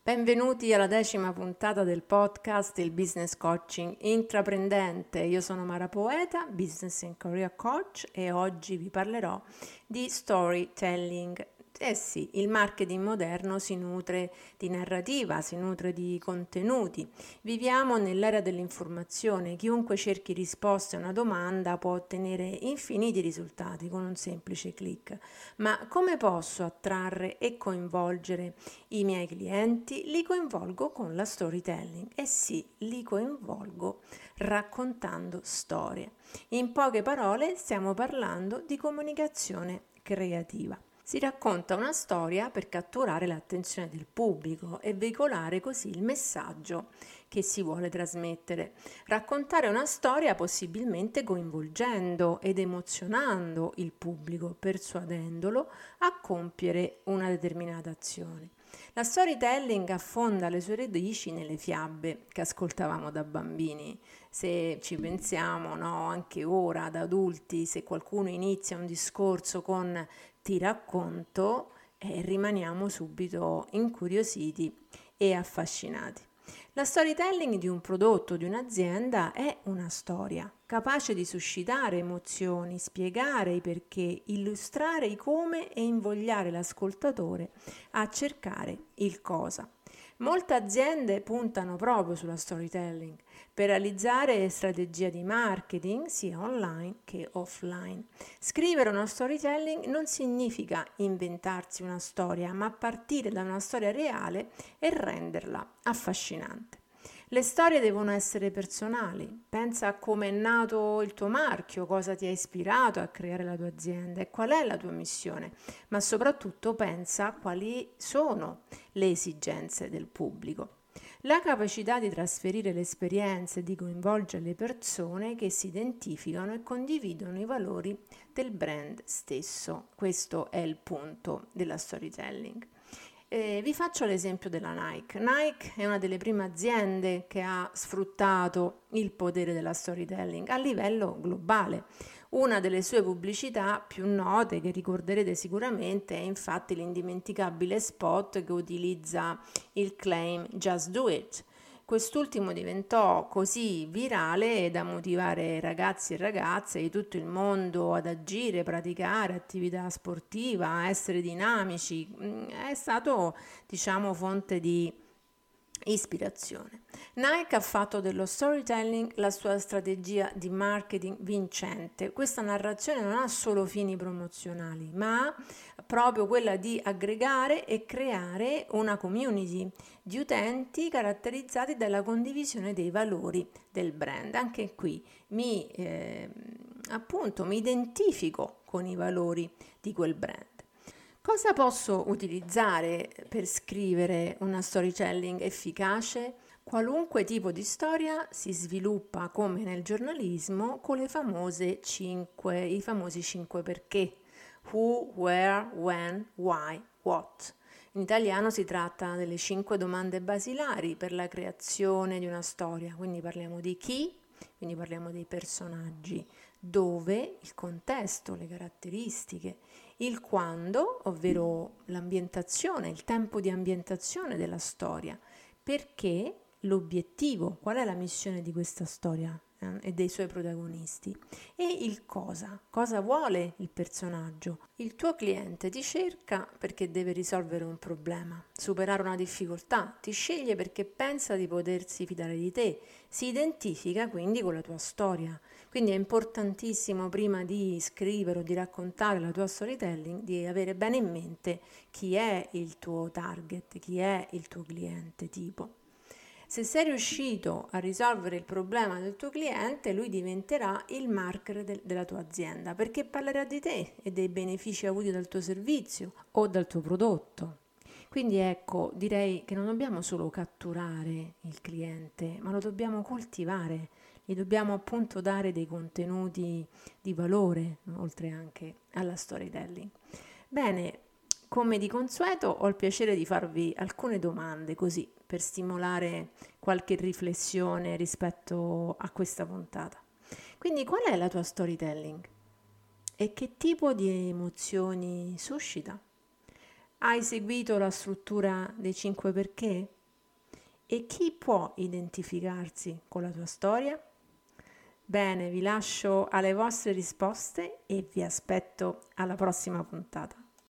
Benvenuti alla 10ª puntata del podcast Il Business Coaching Intraprendente. Io sono Mara Poeta, Business and Career Coach e oggi vi parlerò di storytelling. Eh sì, il marketing moderno si nutre di narrativa, si nutre di contenuti. Viviamo nell'era dell'informazione. Chiunque cerchi risposte a una domanda può ottenere infiniti risultati con un semplice click. Ma come posso attrarre e coinvolgere i miei clienti? Li coinvolgo con la storytelling. Eh sì, li coinvolgo raccontando storie. In poche parole stiamo parlando di comunicazione creativa. Si racconta una storia per catturare l'attenzione del pubblico e veicolare così il messaggio che si vuole trasmettere. Raccontare una storia possibilmente coinvolgendo ed emozionando il pubblico, persuadendolo a compiere una determinata azione. La storytelling affonda le sue radici nelle fiabe che ascoltavamo da bambini. Se ci pensiamo, no, anche ora da adulti, se qualcuno inizia un discorso con ti racconto, rimaniamo subito incuriositi e affascinati. La storytelling di un prodotto, di un'azienda, è una storia capace di suscitare emozioni, spiegare i perché, illustrare i come e invogliare l'ascoltatore a cercare il cosa. Molte aziende puntano proprio sulla storytelling per realizzare strategie di marketing sia online che offline. Scrivere uno storytelling non significa inventarsi una storia, ma partire da una storia reale e renderla affascinante. Le storie devono essere personali. Pensa a come è nato il tuo marchio, cosa ti ha ispirato a creare la tua azienda e qual è la tua missione, ma soprattutto pensa a quali sono le esigenze del pubblico. La capacità di trasferire le esperienze, di coinvolgere le persone che si identificano e condividono i valori del brand stesso. Questo è il punto della storytelling. Vi faccio l'esempio della Nike. Nike è una delle prime aziende che ha sfruttato il potere della storytelling a livello globale. Una delle sue pubblicità più note, che ricorderete sicuramente, è infatti l'indimenticabile spot che utilizza il claim Just Do It. Quest'ultimo diventò così virale da motivare ragazzi e ragazze di tutto il mondo ad agire, praticare attività sportiva, essere dinamici. È stato, fonte di ispirazione. Nike ha fatto dello storytelling la sua strategia di marketing vincente. Questa narrazione non ha solo fini promozionali, ma proprio quella di aggregare e creare una community di utenti caratterizzati dalla condivisione dei valori del brand. Anche qui mi identifico con i valori di quel brand. Cosa posso utilizzare per scrivere una storytelling efficace? Qualunque tipo di storia si sviluppa come nel giornalismo con i famosi 5 perché. Who, where, when, why, what. In italiano si tratta delle 5 domande basilari per la creazione di una storia, quindi parliamo di chi, quindi parliamo dei personaggi, dove, il contesto, le caratteristiche, il quando, ovvero l'ambientazione, il tempo di ambientazione della storia, perché l'obiettivo, qual è la missione di questa storia e dei suoi protagonisti, e il cosa vuole il personaggio. Il tuo cliente ti cerca perché deve risolvere un problema, superare una difficoltà, ti sceglie perché pensa di potersi fidare di te, si identifica quindi con la tua storia. Quindi è importantissimo, prima di scrivere o di raccontare la tua storytelling, di avere bene in mente chi è il tuo target, chi è il tuo cliente tipo. Se sei riuscito a risolvere il problema del tuo cliente, lui diventerà il marketer della tua azienda, perché parlerà di te e dei benefici avuti dal tuo servizio o dal tuo prodotto. Quindi ecco, direi che non dobbiamo solo catturare il cliente, ma lo dobbiamo coltivare, gli dobbiamo appunto dare dei contenuti di valore, oltre anche alla storytelling. Bene, come di consueto ho il piacere di farvi alcune domande così per stimolare qualche riflessione rispetto a questa puntata. Quindi qual è la tua storytelling? E che tipo di emozioni suscita? Hai seguito la struttura dei 5 perché? E chi può identificarsi con la tua storia? Bene, vi lascio alle vostre risposte e vi aspetto alla prossima puntata.